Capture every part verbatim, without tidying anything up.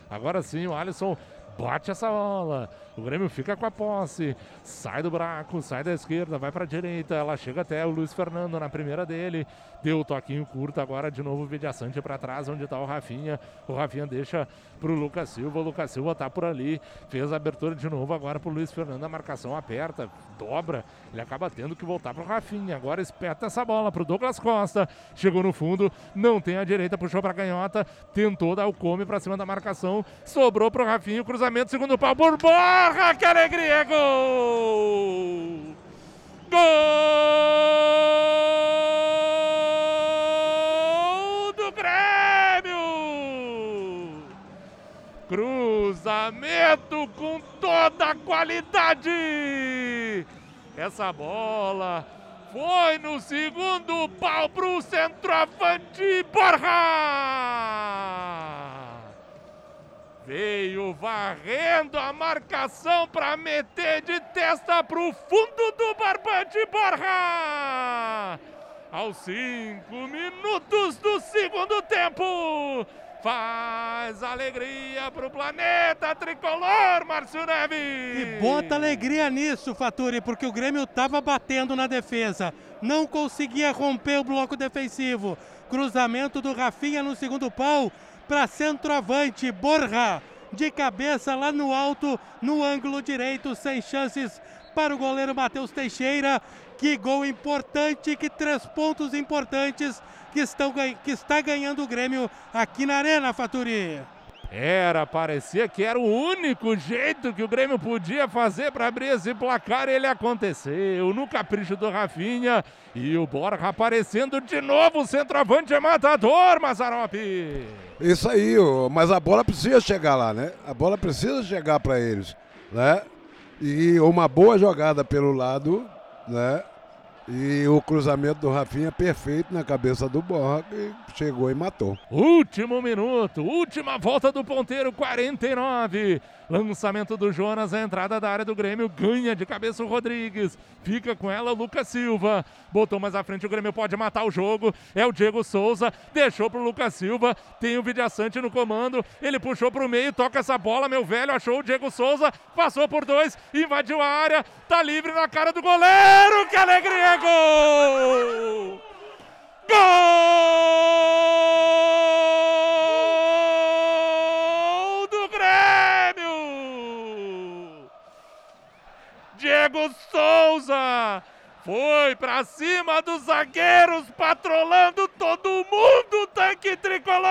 Agora sim, o Alisson bate essa bola. O Grêmio fica com a posse. Sai do buraco, sai da esquerda, vai para a direita. Ela chega até o Luiz Fernando na primeira dele. Deu o toquinho curto agora de novo o Vidiaçante para trás, onde está o Rafinha. O Rafinha deixa pro Lucas Silva. O Lucas Silva tá por ali. Fez a abertura de novo agora pro Luiz Fernando. A marcação aperta, dobra. Ele acaba tendo que voltar pro Rafinha. Agora espeta essa bola pro Douglas Costa. Chegou no fundo, não tem a direita, puxou pra canhota. Tentou dar o come pra cima da marcação. Sobrou pro Rafinha. Cruzamento, segundo pau por Borja. Que alegria! Gol! Gol do Grêmio! Cruzamento com toda a qualidade! Essa bola foi no segundo pau pro centroavante Borja! Veio varrendo a marcação para meter de testa pro fundo do barbante Borja! Aos cinco minutos do segundo tempo, faz alegria pro planeta tricolor, Márcio Neves! E bota alegria nisso, Faturi, porque o Grêmio estava batendo na defesa, não conseguia romper o bloco defensivo. Cruzamento do Rafinha no segundo pau para centroavante, Borja, de cabeça lá no alto, no ângulo direito, sem chances para o goleiro Matheus Teixeira. Que gol importante, que três pontos importantes que, estão, que está ganhando o Grêmio aqui na Arena, Faturi. Era, parecia que era o único jeito que o Grêmio podia fazer para abrir esse placar. Ele aconteceu no capricho do Rafinha e o Borja aparecendo de novo. O centroavante é matador, Mazzaropi. Isso aí, mas a bola precisa chegar lá, né? A bola precisa chegar para eles, né? E uma boa jogada pelo lado, né? E o cruzamento do Rafinha perfeito na cabeça do Borja, que chegou e matou. Último minuto, última volta do ponteiro, quarenta e nove. Lançamento do Jonas, a entrada da área do Grêmio, ganha de cabeça o Rodrigues. Fica com ela o Lucas Silva. Botou mais à frente, o Grêmio pode matar o jogo. É o Diego Souza, deixou pro Lucas Silva. Tem o Vidiaçante no comando. Ele puxou pro meio, toca essa bola, meu velho. Achou o Diego Souza, passou por dois, invadiu a área. Tá livre na cara do goleiro. Que alegria, gol! Gol do Grêmio! Diego Souza foi pra cima dos zagueiros, patrolando todo mundo, tanque tricolor!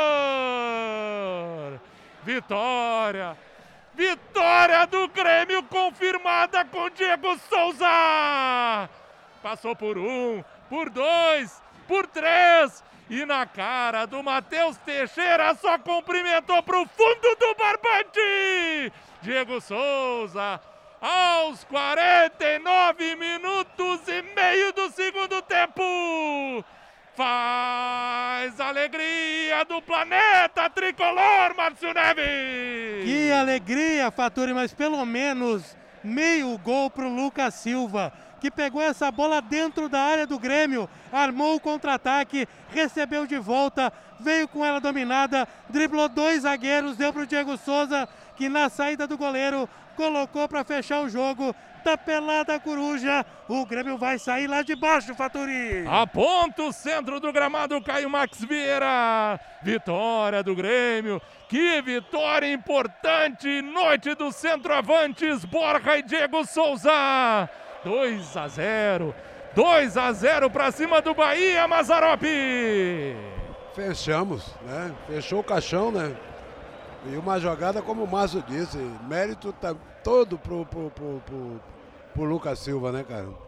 Vitória! Vitória do Grêmio confirmada com Diego Souza! Passou por um, por dois, por três, e na cara do Matheus Teixeira só cumprimentou pro fundo do barbante. Diego Souza, aos quarenta e nove minutos e meio do segundo tempo, faz alegria do planeta tricolor, Márcio Neves. Que alegria, Faturi, mas pelo menos meio gol pro Lucas Silva, que pegou essa bola dentro da área do Grêmio, armou o contra-ataque, recebeu de volta, veio com ela dominada, driblou dois zagueiros, deu pro Diego Souza, que na saída do goleiro colocou para fechar o jogo. Tá pelada a coruja, o Grêmio vai sair lá de baixo, Faturi. Aponta o centro do gramado, Caio Max Vieira. Vitória do Grêmio, que vitória importante, noite dos centroavantes, Borja e Diego Souza. dois a zero, dois a zero para cima do Bahia, Mazzaropi. Fechamos, né? Fechou o caixão, né? E uma jogada, como o Márcio disse, mérito tá todo pro, pro, pro, pro, pro Lucas Silva, né, cara?